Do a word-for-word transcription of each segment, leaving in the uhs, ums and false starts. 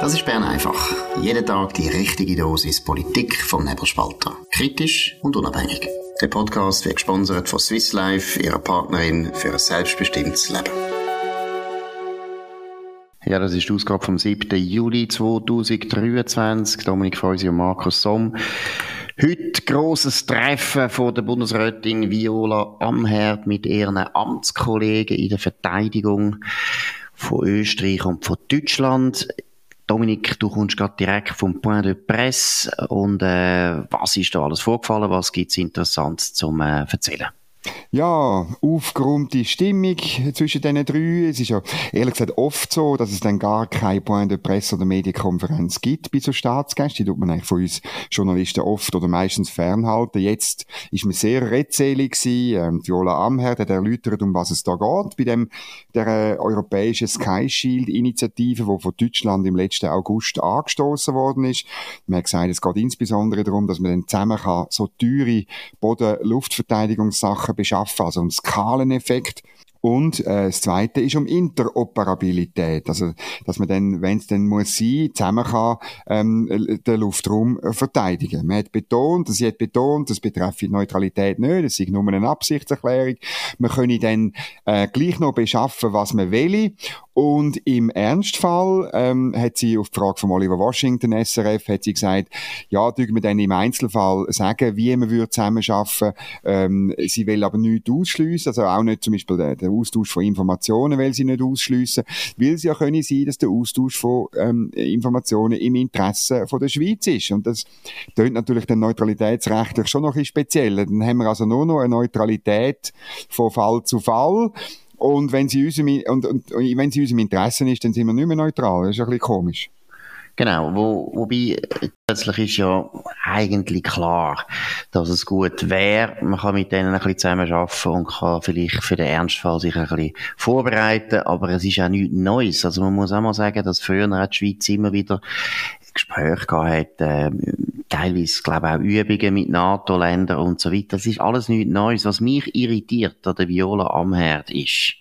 Das ist Bern einfach. Jeden Tag die richtige Dosis Politik vom Nebelspalter. Kritisch und unabhängig. Der Podcast wird gesponsert von Swiss Life, ihrer Partnerin für ein selbstbestimmtes Leben. Ja, das ist die Ausgabe vom siebten Juli zweitausenddreiundzwanzig. Dominik Feusi und Markus Somm. Heute grosses Treffen von der Bundesrätin Viola Amherd mit ihren Amtskollegen in der Verteidigung von Österreich und von Deutschland. Dominik, du kommst gerade direkt vom Point de Presse. Und äh, was ist da alles vorgefallen? Was gibt es Interessantes zum äh, Erzählen? Ja, aufgeräumte Stimmung zwischen diesen drei. Es ist ja ehrlich gesagt oft so, dass es dann gar keine Point de Presse oder Medienkonferenz gibt bei so Staatsgästen. Die tut man eigentlich von uns Journalisten oft oder meistens fernhalten. Jetzt ist man sehr redselig gewesen. Ähm, Viola Amherd hat erläutert, um was es da geht bei dem, der äh, europäischen Sky Shield Initiative, die von Deutschland im letzten August angestoßen worden ist. Man hat gesagt, es geht insbesondere darum, dass man dann zusammen kann so teure Boden-Luftverteidigungssachen beschaffen, also um Skaleneffekt. Und äh, das Zweite ist um Interoperabilität, also dass man dann, wenn es dann muss sein, zusammen kann ähm, den Luftraum äh, verteidigen. Man hat betont, sie hat betont, das betrifft die Neutralität nicht, das ist nur eine Absichtserklärung. Man könne dann äh, gleich noch beschaffen, was man will. Und im Ernstfall ähm, hat sie auf die Frage von Oliver Washington, S R F, hat sie gesagt, ja, dürfen wir dann im Einzelfall sagen, wie man würde zusammenarbeiten. Ähm, sie will aber nichts ausschliessen, also auch nicht zum Beispiel den, den Austausch von Informationen will sie nicht ausschliessen, weil sie ja können sein, dass der Austausch von ähm, Informationen im Interesse von der Schweiz ist. Und das tönt natürlich dann neutralitätsrechtlich schon noch ein bisschen speziell. Dann haben wir also nur noch eine Neutralität von Fall zu Fall. Und wenn sie unserem, und, und, und wenn sie unserem Interesse ist, dann sind wir nicht mehr neutral. Das ist ein bisschen komisch. Genau, wo, wobei, plötzlich ist ja eigentlich klar, dass es gut wäre, man kann mit denen ein bisschen zusammenarbeiten und kann vielleicht für den Ernstfall sich ein bisschen vorbereiten, aber es ist auch nichts Neues. Also man muss auch mal sagen, dass früher auch die Schweiz immer wieder Gespräche gehabt hat, äh, teilweise, glaube ich, auch Übungen mit NATO-Ländern und so weiter. Das ist alles nichts Neues. Was mich irritiert an der Viola Amherd ist,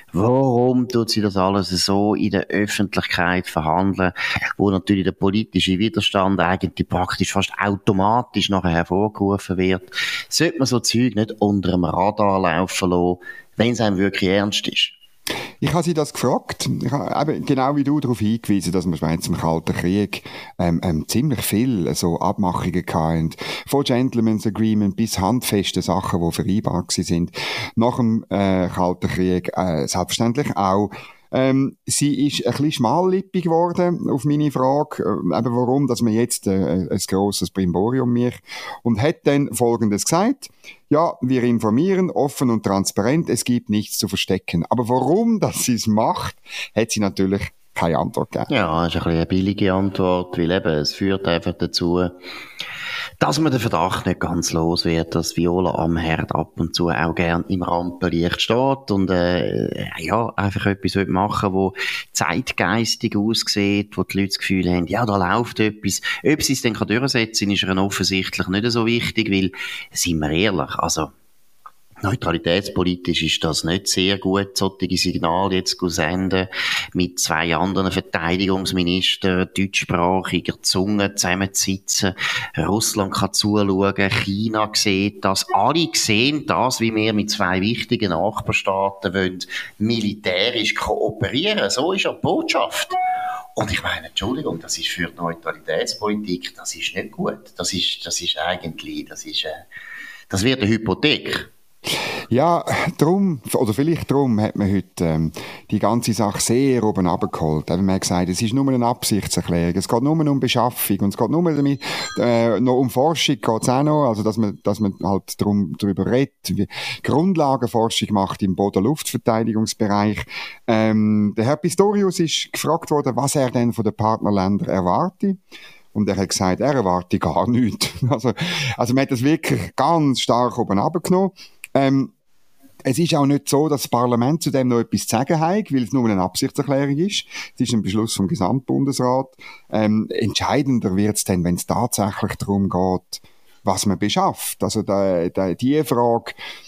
warum tut sie das alles so in der Öffentlichkeit verhandeln, wo natürlich der politische Widerstand eigentlich praktisch fast automatisch nachher hervorgerufen wird? Sollte man so Zeug nicht unter dem Radar laufen lassen, wenn es einem wirklich ernst ist? Ich habe sie das gefragt. Ich habe eben genau wie du darauf hingewiesen, dass wir im Kalten Krieg ähm, ähm, ziemlich viel so Abmachungen hatten. Von Gentleman's Agreement bis handfeste Sachen, die vereinbar sind. Nach dem äh, Kalten Krieg äh, selbstverständlich auch. Ähm, sie ist ein bisschen schmallippig geworden, auf meine Frage, äh, eben warum, dass man jetzt äh, ein grosses Brimborium mich und hat dann Folgendes gesagt: Ja, wir informieren offen und transparent, es gibt nichts zu verstecken. Aber warum, dass sie es macht, hat sie natürlich keine Antwort gegeben. Ja, das ist ein bisschen eine billige Antwort, weil eben, es führt einfach dazu, dass man den Verdacht nicht ganz los wird, dass Viola Amherd ab und zu auch gern im Rampenlicht steht und äh, ja, einfach etwas machen will, wo zeitgeistig aussieht, wo die Leute das Gefühl haben, ja, da läuft etwas. Ob sie es dann durchsetzen kann, ist ihnen offensichtlich nicht so wichtig, weil, sind wir ehrlich, also neutralitätspolitisch ist das nicht sehr gut, solche Signale jetzt zu senden, mit zwei anderen Verteidigungsministern deutschsprachiger Zunge zusammenzusitzen. Russland kann zuschauen, China sieht das, alle sehen das, wie wir mit zwei wichtigen Nachbarstaaten wollen militärisch kooperieren. So ist ja die Botschaft. Und ich meine, Entschuldigung, das ist für die Neutralitätspolitik, das ist nicht gut. Das ist, das ist eigentlich, das ist, äh, das wird eine Hypothek. Ja, drum, oder vielleicht drum hat man heute ähm, die ganze Sache sehr oben runtergeholt. Man hat gesagt, es ist nur eine Absichtserklärung, es geht nur um Beschaffung und es geht nur damit, äh, noch um Forschung geht's auch noch, also dass man, dass man halt drum, darüber redet, wie Grundlagenforschung macht im Boden-Luftverteidigungsbereich. Ähm, der Herr Pistorius ist gefragt worden, was er denn von den Partnerländern erwarte. Und er hat gesagt, er erwarte gar nichts. Also, also man hat das wirklich ganz stark oben runtergenommen. Ähm, es ist auch nicht so, dass das Parlament zu dem noch etwas zu sagen hat, weil es nur eine Absichtserklärung ist. Es ist ein Beschluss vom Gesamtbundesrat. Ähm, entscheidender wird es dann, wenn es tatsächlich darum geht, was man beschafft. Also da, da, die Frage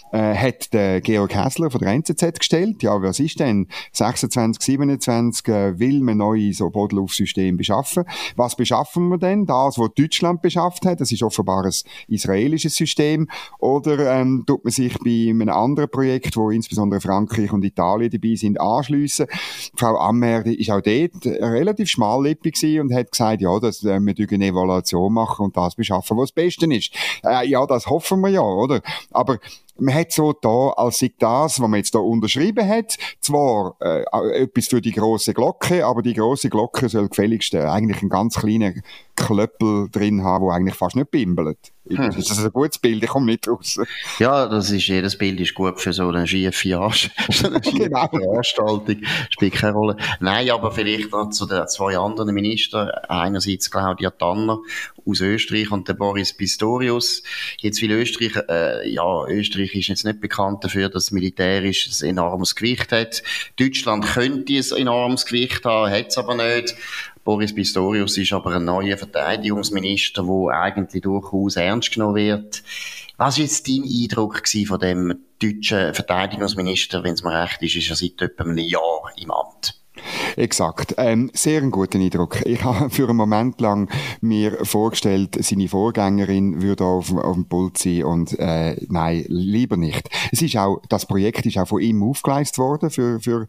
äh, hat der Georg Hässler von der N Z Z gestellt. Ja, was ist denn? sechsundzwanzig, siebenundzwanzig äh, will man neue so Bodenluftsysteme beschaffen. Was beschaffen wir denn? Das, was Deutschland beschafft hat, das ist offenbar ein israelisches System. Oder ähm, tut man sich bei einem anderen Projekt, wo insbesondere Frankreich und Italien dabei sind, anschliessen? Frau Ammer die ist auch dort relativ schmallippig gewesen und hat gesagt, ja, dass äh, wir eine Evaluation machen und das beschaffen, was das Beste ist. Äh, ja, das hoffen wir ja, oder? Aber man hat so da, als sei das, was man jetzt da unterschrieben hat, zwar äh, etwas für die grosse Glocke, aber die grosse Glocke soll gefälligst äh, eigentlich einen ganz kleinen Klöppel drin haben, der eigentlich fast nicht bimbelt. Hm. Ist das ein gutes Bild? Ich komme nicht raus. Ja, das ist, jedes Bild ist gut für so eine schiefe genau. Veranstaltung. Spielt keine Rolle. Nein, aber vielleicht noch zu den zwei anderen Ministern. Einerseits Claudia Tanner aus Österreich und der Boris Pistorius. Jetzt will Österreich, äh, ja, Österreich ist jetzt nicht bekannt dafür, dass militärisch ein enormes Gewicht hat. Deutschland könnte ein enormes Gewicht haben, hat es aber nicht. Boris Pistorius ist aber ein neuer Verteidigungsminister, der eigentlich durchaus ernst genommen wird. Was war jetzt dein Eindruck von dem deutschen Verteidigungsminister? Wenn es mir recht ist, ist er seit etwa einem Jahr im Amt. Exakt. Ähm, sehr einen guten Eindruck. Ich habe für einen Moment lang mir vorgestellt, seine Vorgängerin würde auf, auf dem Pult sein und äh, nein, lieber nicht. Es ist auch, das Projekt ist auch von ihm aufgeleistet worden für, für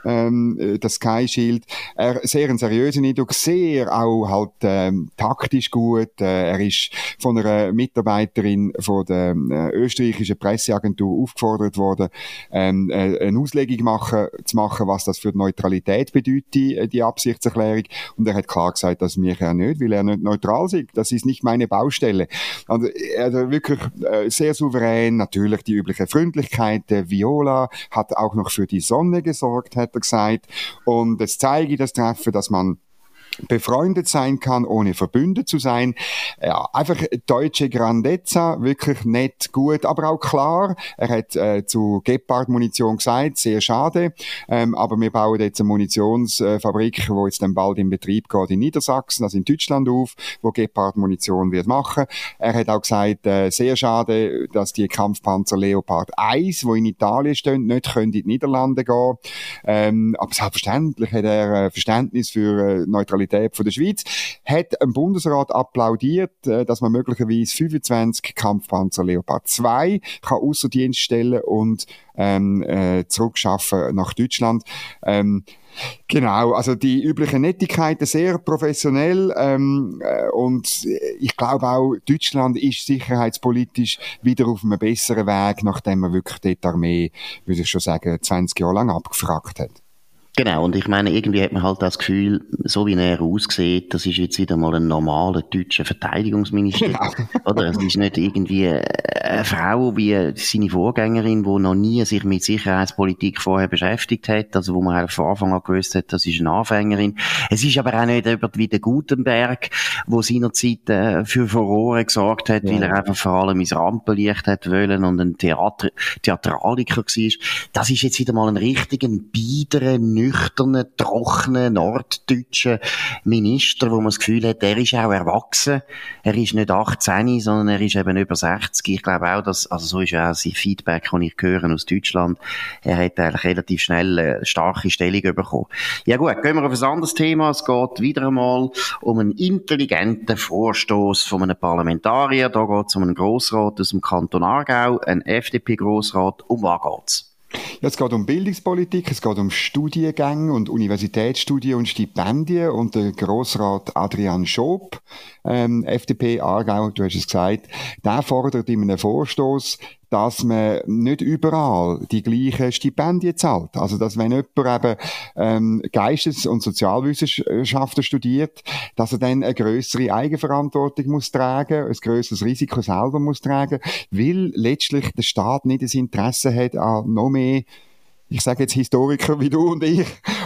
ähm, das Sky Shield. Er sehr einen seriösen Eindruck, sehr auch halt ähm, taktisch gut. Äh, er ist von einer Mitarbeiterin von der äh, österreichischen Presseagentur aufgefordert worden, ähm, äh, eine Auslegung machen, zu machen, was das für die Neutralität bedeutet, die Absichtserklärung. Und er hat klar gesagt, das mich ja nicht, weil er nicht neutral ist. Das ist nicht meine Baustelle. Also, er hat wirklich äh, sehr souverän, natürlich die übliche Freundlichkeit. Der Viola hat auch noch für die Sonne gesorgt, hat er gesagt. Und es zeige das Treffen, dass man befreundet sein kann, ohne verbündet zu sein. Ja, einfach deutsche Grandezza, wirklich nett, gut, aber auch klar. Er hat äh, zu Gepard-Munition gesagt, sehr schade, ähm, aber wir bauen jetzt eine Munitionsfabrik, wo jetzt dann bald in Betrieb geht in Niedersachsen, also in Deutschland auf, wo Gepard-Munition wird machen. Er hat auch gesagt, äh, sehr schade, dass die Kampfpanzer Leopard eins, wo in Italien stehen, nicht können in die Niederlande gehen. Ähm, aber selbstverständlich hat er äh, Verständnis für äh, Neutralität von der Schweiz, hat ein Bundesrat applaudiert, dass man möglicherweise fünfundzwanzig Kampfpanzer Leopard zwei kann ausser Dienst stellen und ähm, äh, zurückschaffen nach Deutschland. Ähm, Genau, also die üblichen Nettigkeiten sehr professionell ähm, äh, und ich glaube auch, Deutschland ist sicherheitspolitisch wieder auf einem besseren Weg, nachdem man wirklich dort die Armee, würde ich schon sagen, zwanzig Jahre lang abgefragt hat. Genau, und ich meine, irgendwie hat man halt das Gefühl, so wie er aussieht, das ist jetzt wieder mal ein normaler deutscher Verteidigungsminister. Genau. Oder? Es ist nicht irgendwie eine Frau wie seine Vorgängerin, die noch nie sich mit Sicherheitspolitik vorher beschäftigt hat, also wo man halt von Anfang an gewusst hat, das ist eine Anfängerin. Es ist aber auch nicht jemand wie der Gutenberg, der seinerzeit äh, für Furore gesorgt hat, ja, weil er einfach vor allem ins Rampenlicht hat wollen und ein Theater- Theatraliker war. Das ist jetzt wieder mal ein richtiger, biederen, nüchternen, trockenen, norddeutschen Minister, wo man das Gefühl hat, er ist auch erwachsen. Er ist nicht achtzehn, sondern er ist eben über sechzig. Ich glaube auch, dass, also so ist ja auch sein Feedback, das ich höre aus Deutschland. Er hat eigentlich relativ schnell eine starke Stellung bekommen. Ja gut, gehen wir auf ein anderes Thema. Es geht wieder einmal um einen intelligenten Vorstoß von einem Parlamentarier. Da geht es um einen Grossrat aus dem Kanton Aargau, einen F D P-Grossrat. Um was geht's? Ja, es geht um Bildungspolitik, es geht um Studiengänge und Universitätsstudien und Stipendien und der Grossrat Adrian Schob, ähm, F D P Aargau, du hast es gesagt, der fordert in einem Vorstoß, dass man nicht überall die gleichen Stipendien zahlt. Also, dass wenn jemand eben ähm, Geistes- und Sozialwissenschaften studiert, dass er dann eine grössere Eigenverantwortung muss tragen, ein grösseres Risiko selber muss tragen, weil letztlich der Staat nicht das Interesse hat an noch mehr, ich sage jetzt Historiker wie du und ich,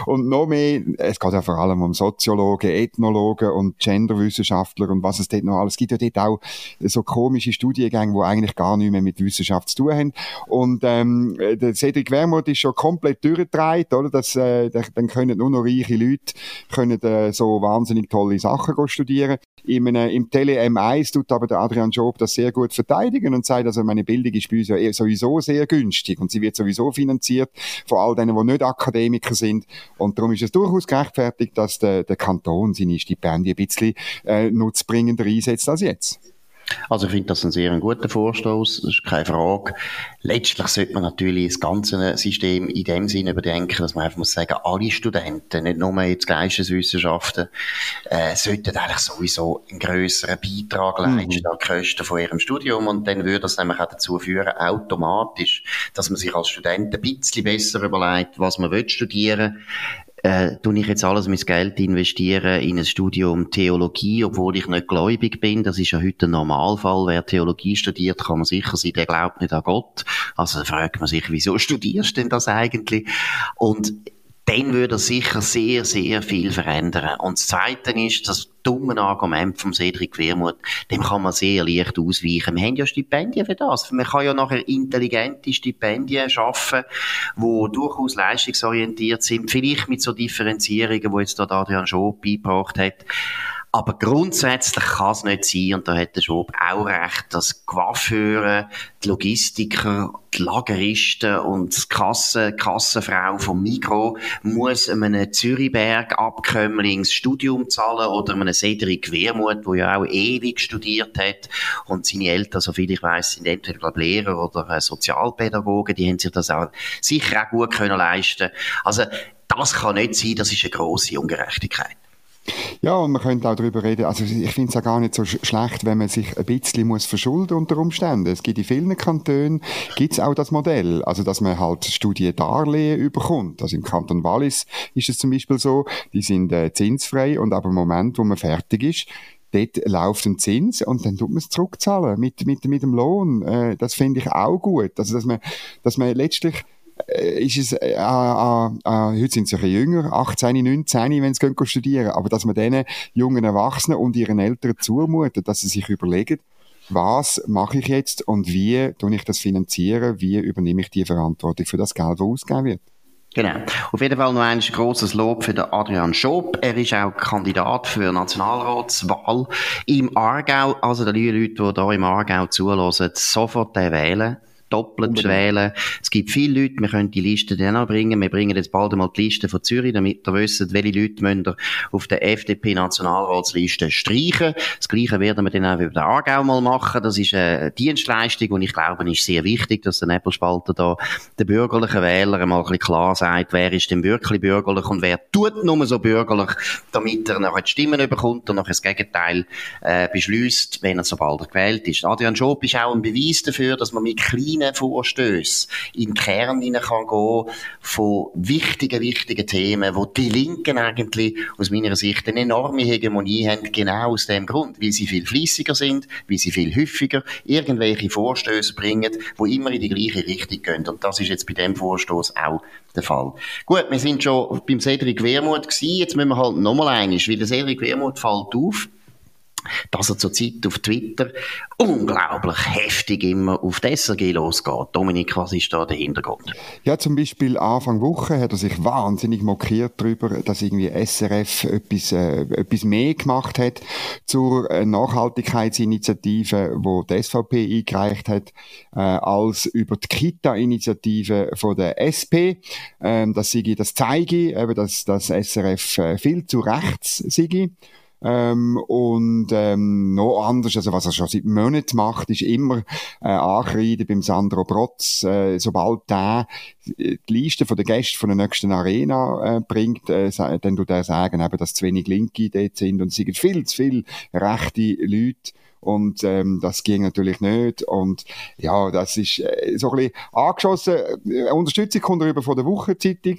und noch mehr, es geht ja vor allem um Soziologen, Ethnologen und Genderwissenschaftler und was es dort noch alles gibt. Ja, dort auch so komische Studiengänge, die eigentlich gar nichts mehr mit Wissenschaft zu tun haben. Und ähm, der Cedric Wermuth ist schon komplett durchgedreht, oder? Das, äh, dann können nur noch reiche Leute können, äh, so wahnsinnig tolle Sachen studieren. Im, äh, im Tele M eins tut aber der Adrian Job das sehr gut verteidigen und sagt, also meine Bildung ist bei uns ja eh sowieso sehr günstig und sie wird sowieso finanziert von all denen, die nicht Akademiker sind. Und darum ist es durchaus gerechtfertigt, dass der, der Kanton seine Stipendien ein bisschen äh, nutzbringender einsetzt als jetzt. Also ich finde das ein sehr guter Vorstoß, das ist keine Frage. Letztlich sollte man natürlich das ganze System in dem Sinne überdenken, dass man einfach muss sagen, alle Studenten, nicht nur jetzt Geisteswissenschaften, äh, sollten eigentlich sowieso einen grösseren Beitrag leisten an die Kosten von ihrem Studium und dann würde das nämlich auch dazu führen, automatisch, dass man sich als Student ein bisschen besser überlegt, was man will studieren. Äh, tue ich jetzt alles mein Geld investieren in ein Studium Theologie, obwohl ich nicht gläubig bin. Das ist ja heute ein Normalfall. Wer Theologie studiert, kann man sicher sein, der glaubt nicht an Gott. Also da fragt man sich, wieso studierst du denn das eigentlich? Und dann würde er sicher sehr, sehr viel verändern. Und das Zweite ist, das dumme Argument vom Cedric Wermuth, dem kann man sehr leicht ausweichen. Wir haben ja Stipendien für das. Man kann ja nachher intelligente Stipendien schaffen, die durchaus leistungsorientiert sind, vielleicht mit so Differenzierungen, die jetzt da Adrian Schob beigebracht hat. Aber grundsätzlich kann es nicht sein, und da hat der Schob auch recht, dass Coiffeure, die Logistiker, die Lageristen und die Kassen, Kassenfrau vom Migros muss einem Zürichberg-Abkömmling das Studium zahlen oder einem Cedric Wermuth, der ja auch ewig studiert hat und seine Eltern, soviel ich weiss, sind entweder glaub, Lehrer oder Sozialpädagogen, die haben sich das auch sicher auch gut können leisten. Also das kann nicht sein, das ist eine grosse Ungerechtigkeit. Ja, und man könnte auch darüber reden, also ich finde es ja gar nicht so sch- schlecht, wenn man sich ein bisschen muss verschulden unter Umständen. Es gibt in vielen Kantonen, gibt es auch das Modell, also dass man halt Studiendarlehen überkommt. Also im Kanton Wallis ist es zum Beispiel so, die sind äh, zinsfrei und ab dem Moment, wo man fertig ist, dort läuft ein Zins und dann tut man es zurückzahlen mit, mit, mit dem Lohn. Äh, das finde ich auch gut. Also dass man, dass man letztlich ist es, äh, äh, äh, heute sind sie ein bisschen jünger, achtzehn, neunzehn, wenn sie gehen studieren, aber dass man diesen jungen Erwachsenen und ihren Eltern zumutet, dass sie sich überlegen, was mache ich jetzt und wie tue ich das finanzieren, wie übernehme ich die Verantwortung für das Geld, das ausgegeben wird. Genau. Auf jeden Fall noch ein grosses Lob für den Adrian Schob. Er ist auch Kandidat für Nationalratswahl im Aargau. Also die Leute, die hier im Aargau zuhören, sofort den wählen. Doppelt zu wählen. Es gibt viele Leute, wir können die Liste dann auch bringen. Wir bringen jetzt bald einmal die Liste von Zürich, damit ihr wisst, welche Leute müsst ihr auf der F D P-Nationalratsliste streichen. Das Gleiche werden wir dann auch über den Aargau mal machen. Das ist eine Dienstleistung und ich glaube, es ist sehr wichtig, dass der Nebelspalter da den bürgerlichen Wählern mal ein bisschen klar sagt, wer ist denn wirklich bürgerlich und wer tut nur so bürgerlich, damit er nachher die Stimmen bekommt und nachher das Gegenteil äh, beschliesst, wenn er sobald er gewählt ist. Adrian Schob ist auch ein Beweis dafür, dass man mit kleinen Vorstöße in den Kern hinein kann gehen von wichtigen, wichtigen Themen, wo die Linken eigentlich aus meiner Sicht eine enorme Hegemonie haben, genau aus dem Grund, weil sie viel fleissiger sind, weil sie viel häufiger irgendwelche Vorstöße bringen, die immer in die gleiche Richtung gehen. Und das ist jetzt bei dem Vorstoß auch der Fall. Gut, wir sind schon beim Cedric Wermuth gewesen, jetzt müssen wir halt nochmal einmal, weil der Cedric Wermuth fällt auf, dass er zurzeit auf Twitter unglaublich heftig immer auf die S R G losgeht. Dominik, was ist da der Hintergrund? Ja, zum Beispiel Anfang Woche hat er sich wahnsinnig mokiert darüber, dass irgendwie S R F etwas, äh, etwas mehr gemacht hat zur äh, Nachhaltigkeitsinitiative, wo die S V P eingereicht hat, äh, als über die Kita-Initiative von der S P. Ähm, das sei, das zeige, eben, dass das S R F äh, viel zu rechts sei. Ähm, und ähm, noch anders, also was er schon seit Monaten macht, ist immer äh, Ankreiden beim Sandro Brotz, äh, sobald der die Liste von den Gästen von der nächsten Arena äh, bringt, äh, dann tut er sagen, eben, dass zu wenig Linke dort sind und es sind viel zu viele rechte Leute. Und ähm, das ging natürlich nicht. Und ja, das ist äh, so ein bisschen angeschossen. Unterstützung kommt darüber von der Wochenzeitung,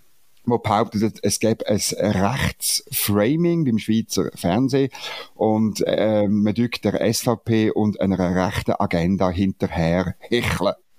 wo behauptet, es gäbe ein Rechtsframing beim Schweizer Fernsehen und ähm, man dürfte der S V P und einer rechten Agenda hinterher hecheln.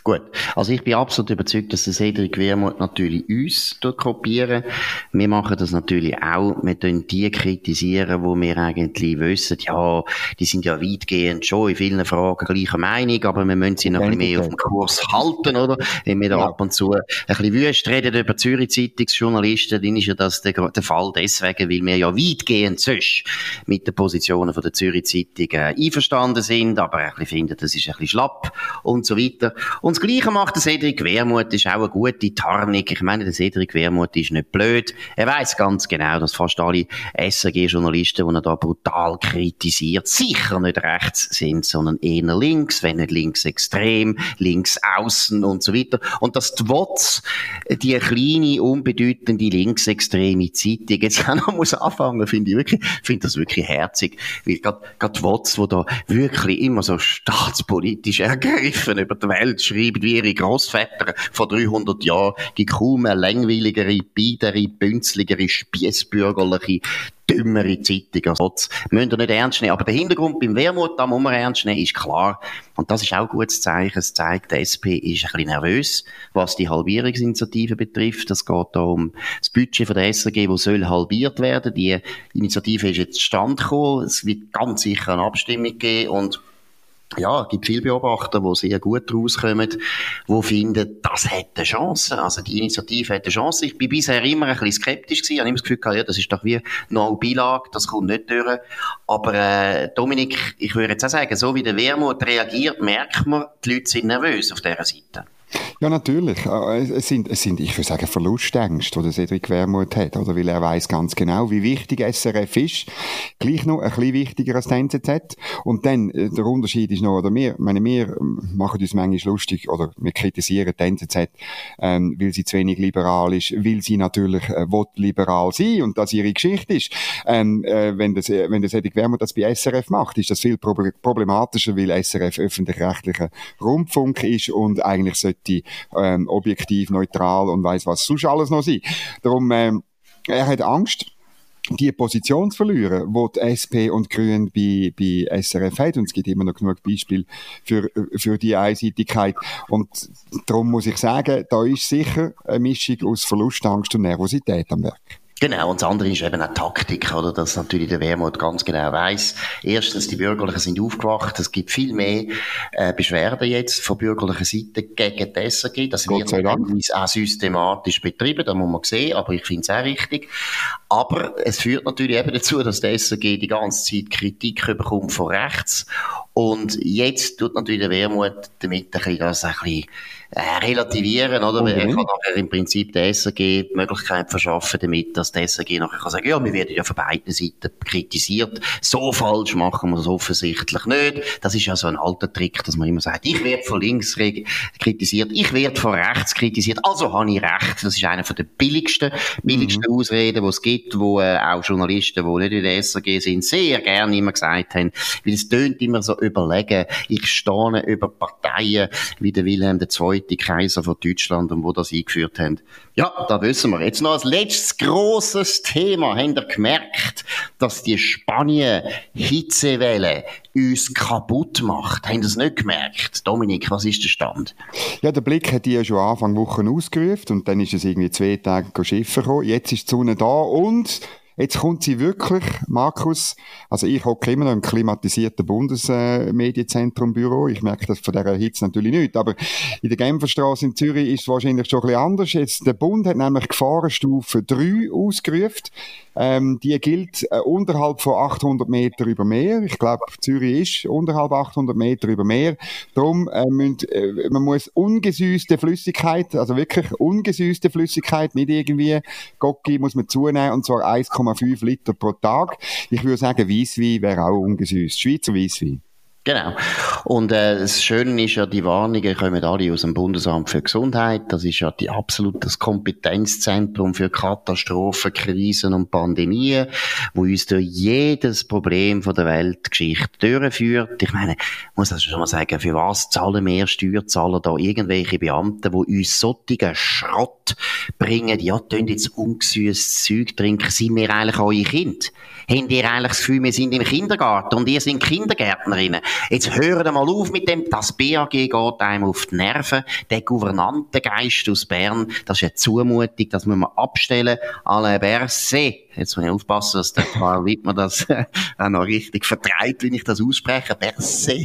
Gut, also ich bin absolut überzeugt, dass der Cedric Wermuth natürlich uns kopieren. Wir machen das natürlich auch. Wir tun die kritisieren, wo wir eigentlich wissen, ja, die sind ja weitgehend schon in vielen Fragen gleicher Meinung, aber wir müssen sie noch ein bisschen mehr auf dem Kurs halten, oder? Wenn wir da ja. ab und zu ein bisschen wüst reden über Zürich-Zeitungsjournalisten, dann ist ja das der, der Fall deswegen, weil wir ja weitgehend sonst mit den Positionen von der Zürich-Zeitung äh, einverstanden sind, aber ein bisschen finden, das ist ein bisschen schlapp und so weiter. Und das Gleiche macht der Cedric Wermuth, ist auch eine gute Tarnung. Ich meine, der Cedric Wermuth ist nicht blöd. Er weiss ganz genau, dass fast alle S R G-Journalisten, die er da brutal kritisiert, sicher nicht rechts sind, sondern eher links, wenn nicht linksextrem, links außen und so weiter. Und dass die W O Z, die kleine, unbedeutende linksextreme Zeitung, jetzt auch noch muss anfangen, finde ich wirklich, finde das wirklich herzig. Weil gerade, gerade die W O Z, die da wirklich immer so staatspolitisch ergriffen über die Welt schreibt, wie ihre Grossväter vor dreihundert Jahren, gibt kaum eine langweiligere, biedere, bünzligere, spiessbürgerliche, dümmere Zeitung als das müsst ihr nicht ernst nehmen. Aber der Hintergrund beim Wermuth, da muss man ernst nehmen, ist klar. Und das ist auch ein gutes Zeichen. Es zeigt, die S P ist ein bisschen nervös, was die Halbierungsinitiative betrifft. Es geht da um das Budget von der S R G, das soll halbiert werden. Die Initiative ist jetzt zustande gekommen. Es wird ganz sicher eine Abstimmung geben und ja, es gibt viele Beobachter, die sehr gut rauskommen, die finden, das hat eine Chance. Also die Initiative hat eine Chance. Ich bin bisher immer ein bisschen skeptisch gewesen. Ich habe immer das Gefühl gehabt, ja, das ist doch wie No-Beilage, das kommt nicht durch. Aber äh, Dominik, ich würde jetzt auch sagen, so wie der Wermuth reagiert, merkt man, die Leute sind nervös auf dieser Seite. Ja, natürlich. Es sind, es sind, ich würde sagen, Verlustängste, die der Cedric Wermuth hat, oder? Weil er weiss ganz genau, wie wichtig S R F ist. Gleich noch ein bisschen wichtiger als die N Z Z. Und dann, der Unterschied ist noch, oder wir, meine, wir machen uns manchmal lustig, oder wir kritisieren die N Z Z, ähm, weil sie zu wenig liberal ist, weil sie natürlich, äh, will liberal sein und das ihre Geschichte ist. Ähm, äh, wenn das, wenn der Cedric Wermuth das bei S R F macht, ist das viel problematischer, weil S R F öffentlich-rechtlicher Rundfunk ist und eigentlich sollte ähm, objektiv, neutral und weiss was sonst alles noch sein. Darum, ähm, er hat Angst, die Position zu verlieren, die die S P und die Grünen bei, bei S R F hat. Und es gibt immer noch genug Beispiele für, für die Einseitigkeit. Und darum muss ich sagen, da ist sicher eine Mischung aus Verlustangst und Nervosität am Werk. Genau, und das andere ist eben auch Taktik, oder? Dass natürlich der Wermuth ganz genau weiss. Erstens, die Bürgerlichen sind aufgewacht. Es gibt viel mehr äh, Beschwerden jetzt von bürgerlicher Seite gegen die S R G. Das wird auch systematisch betrieben, da muss man sehen, aber ich finde es auch richtig. Aber es führt natürlich eben dazu, dass die S R G die ganze Zeit Kritik bekommt von rechts. Und jetzt tut natürlich der Wermuth damit ein bisschen das ein bisschen äh, relativieren, oder? Okay. Er kann nachher im Prinzip der S R G die Möglichkeit verschaffen, damit, dass die S R G nachher kann sagen, ja, wir werden ja von beiden Seiten kritisiert. So falsch machen wir es offensichtlich nicht. Das ist ja so ein alter Trick, dass man immer sagt, ich werde von links kritisiert, ich werde von rechts kritisiert, also habe ich recht. Das ist einer von den billigsten, billigsten mhm. Ausreden, die es gibt, wo äh, auch Journalisten, die nicht in der S R G sind, sehr gerne immer gesagt haben, weil es tönt immer so überlegen, ich stehe über Parteien wie der Wilhelm der Zweite, Kaiser von Deutschland, und wo das eingeführt haben. Ja, da wissen wir. Jetzt noch als letztes grosses Thema. Habt ihr gemerkt, dass die Spanien-Hitzewelle uns kaputt macht? Habt ihr das nicht gemerkt? Dominik, was ist der Stand? Ja, der Blick hat die ja schon Anfang Woche ausgerufen und dann ist es irgendwie zwei Tage schiffen gekommen. Jetzt ist die Sonne da und jetzt kommt sie wirklich, Markus, also ich hocke immer noch im klimatisierten Bundesmedienzentrum-Büro. Ich merke das von dieser Hitze natürlich nicht, aber in der Genferstrasse in Zürich ist es wahrscheinlich schon ein bisschen anders. Jetzt, der Bund hat nämlich Gefahrenstufe drei ausgerufen. Ähm, die gilt äh, unterhalb von achthundert Meter über Meer. Ich glaube, Zürich ist unterhalb achthundert Meter über Meer. Darum, äh, müssen, äh, man muss ungesüßte Flüssigkeit, also wirklich ungesüßte Flüssigkeit, nicht irgendwie Gocki, muss man zunehmen, und zwar eins Komma fünf Liter pro Tag. Ich würde sagen, Weisswein wäre auch ungesüßt. Schweizer Weisswein. Genau. Und äh, das Schöne ist ja, die Warnungen kommen alle aus dem Bundesamt für Gesundheit. Das ist ja die absolut das Kompetenzzentrum für Katastrophen, Krisen und Pandemien, wo uns durch jedes Problem von der Weltgeschichte durchführt. Ich meine, ich muss das schon mal sagen, für was zahlen wir Steuerzahler da irgendwelche Beamten, die uns solchen Schrott bringen? Ja, tun jetzt ungesüßes Zeug trinken. Sind wir eigentlich eure Kinder? Habt ihr eigentlich das Gefühl, wir sind im Kindergarten und ihr seid Kindergärtnerinnen? Jetzt hören mal auf mit dem, das B A G geht einem auf die Nerven, der Gouvernantengeist aus Bern, das ist eine Zumutung, das muss man abstellen, Alain Berset. Jetzt muss ich aufpassen, dass der Karl Wittmer das auch noch richtig vertreibt, wenn ich das ausspreche. Berset.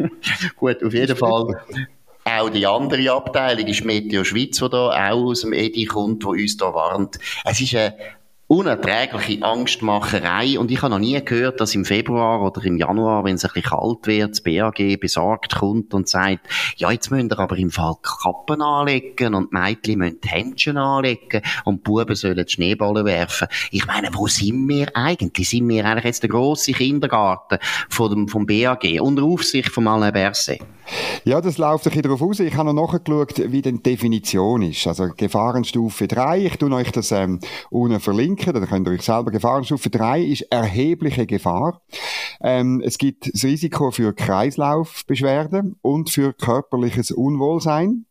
Gut, auf jeden Fall. Auch die andere Abteilung ist Meteo Schweiz, die da auch aus dem E D I kommt, die uns da warnt. Es ist eine unerträgliche Angstmacherei und ich habe noch nie gehört, dass im Februar oder im Januar, wenn es ein bisschen kalt wird, das B A G besorgt kommt und sagt, ja, jetzt müsst ihr aber im Fall Kappen anlegen und die Mädchen müssen die Händchen anlegen und die Buben sollen die Schneeballen werfen. Ich meine, wo sind wir eigentlich? Sind wir eigentlich jetzt der grosse Kindergarten vom, vom B A G unter Aufsicht von Alain Berset? Ja, das läuft ein bisschen darauf aus. Ich habe noch nachgeschaut, wie denn die Definition ist. Also Gefahrenstufe drei, ich tue euch das ähm, unten verlinken, dann könnt ihr euch selber. Gefahrenstufe drei ist erhebliche Gefahr. Ähm, es gibt das Risiko für Kreislaufbeschwerden und für körperliches Unwohlsein.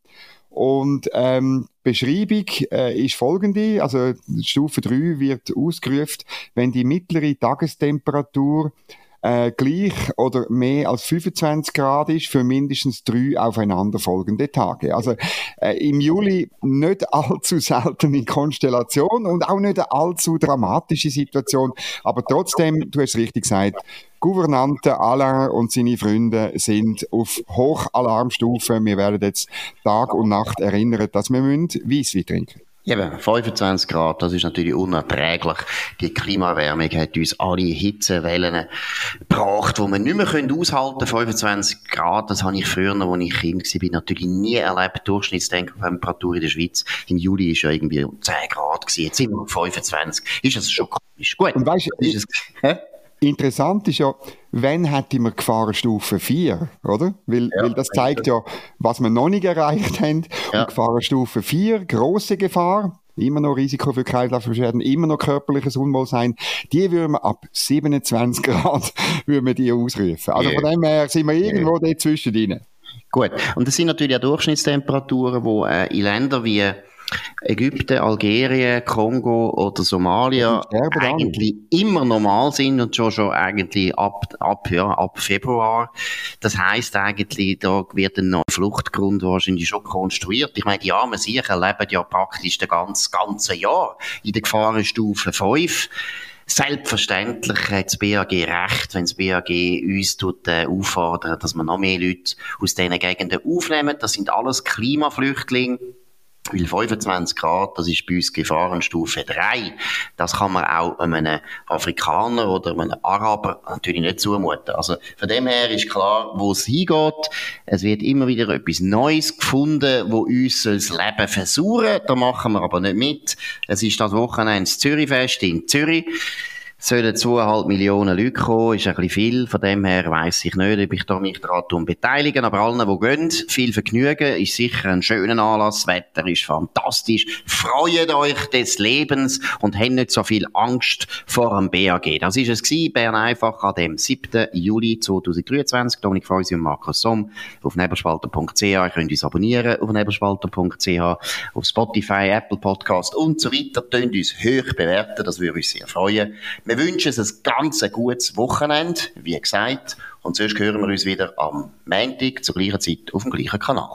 Und ähm, Beschreibung äh, ist folgende, also Stufe drei wird ausgerufen, wenn die mittlere Tagestemperatur Äh, gleich oder mehr als fünfundzwanzig Grad ist für mindestens drei aufeinanderfolgende Tage. Also äh, im Juli nicht allzu seltene Konstellation und auch nicht eine allzu dramatische Situation, aber trotzdem, du hast es richtig gesagt, Gouvernante Alain und seine Freunde sind auf Hochalarmstufe. Wir werden jetzt Tag und Nacht erinnern, dass wir Weisswein trinken müssen. Eben, fünfundzwanzig Grad, das ist natürlich unerträglich. Die Klimaerwärmung hat uns alle Hitzewellen gebracht, die wir nicht mehr aushalten können. fünfundzwanzig Grad, das habe ich früher, als ich Kind war, natürlich nie erlebt. Durchschnittstemperatur in der Schweiz im Juli ist ja irgendwie zehn Grad gewesen. Jetzt sind wir auf fünfundzwanzig. Ist das schon komisch? Gut. Und weißt, ist es, hä? Interessant ist ja, wenn hätten wir Gefahrenstufe vier, oder? Weil, ja, weil das zeigt ja, was wir noch nicht erreicht haben. Ja. Und Gefahrenstufe vier, grosse Gefahr, immer noch Risiko für Kreislaufbeschwerden, immer noch körperliches Unwohlsein, die würden wir ab siebenundzwanzig Grad würden wir die ausrufen. Also ja. Von dem her sind wir irgendwo ja. dort zwischendrin. Gut, und das sind natürlich auch Durchschnittstemperaturen, die äh, in Ländern wie Ägypten, Algerien, Kongo oder Somalia eigentlich immer normal sind und schon schon eigentlich ab ab ja ab Februar. Das heisst eigentlich, da wird ein neuer Fluchtgrund wahrscheinlich schon konstruiert. Ich meine, die armen Siechen leben ja praktisch das ganze ganze Jahr in der Gefahrenstufe fünf. Selbstverständlich hat das B A G recht, wenn das B A G uns tut, äh, auffordern, dass wir noch mehr Leute aus diesen Gegenden aufnehmen. Das sind alles Klimaflüchtlinge. Weil fünfundzwanzig Grad, das ist bei uns Gefahrenstufe drei. Das kann man auch einem Afrikaner oder einem Araber natürlich nicht zumuten. Also von dem her ist klar, wo es hingeht. Es wird immer wieder etwas Neues gefunden, wo uns das Leben versuchen. Da machen wir aber nicht mit. Es ist das Wochenende das Zürichfest in Zürich. Es sollen zweieinhalb Millionen Leute kommen, ist ein bisschen viel. Von dem her weiss ich nicht, ob ich da mich daran beteiligen. Aber allen, die gehen, viel Vergnügen. Ist sicher ein schöner Anlass. Das Wetter ist fantastisch. Freut euch des Lebens und habt nicht so viel Angst vor dem B A G. Das war es gewesen. Bern einfach an dem siebten Juli zweitausenddreiundzwanzig. Dominik Feusi und Markus Somm auf nebelspalter punkt c h. Ihr könnt uns abonnieren auf nebelspalter punkt c h, auf Spotify, Apple Podcast und so weiter. Tönt uns hoch bewerten. Das würde uns sehr freuen. Wir wünschen ein ganz gutes Wochenende, wie gesagt. Und sonst hören wir uns wieder am Montag zur gleichen Zeit auf dem gleichen Kanal.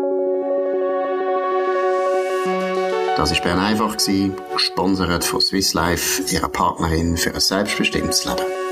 Das war Bern einfach, gesponsert von Swiss Life, ihrer Partnerin für ein selbstbestimmtes Leben.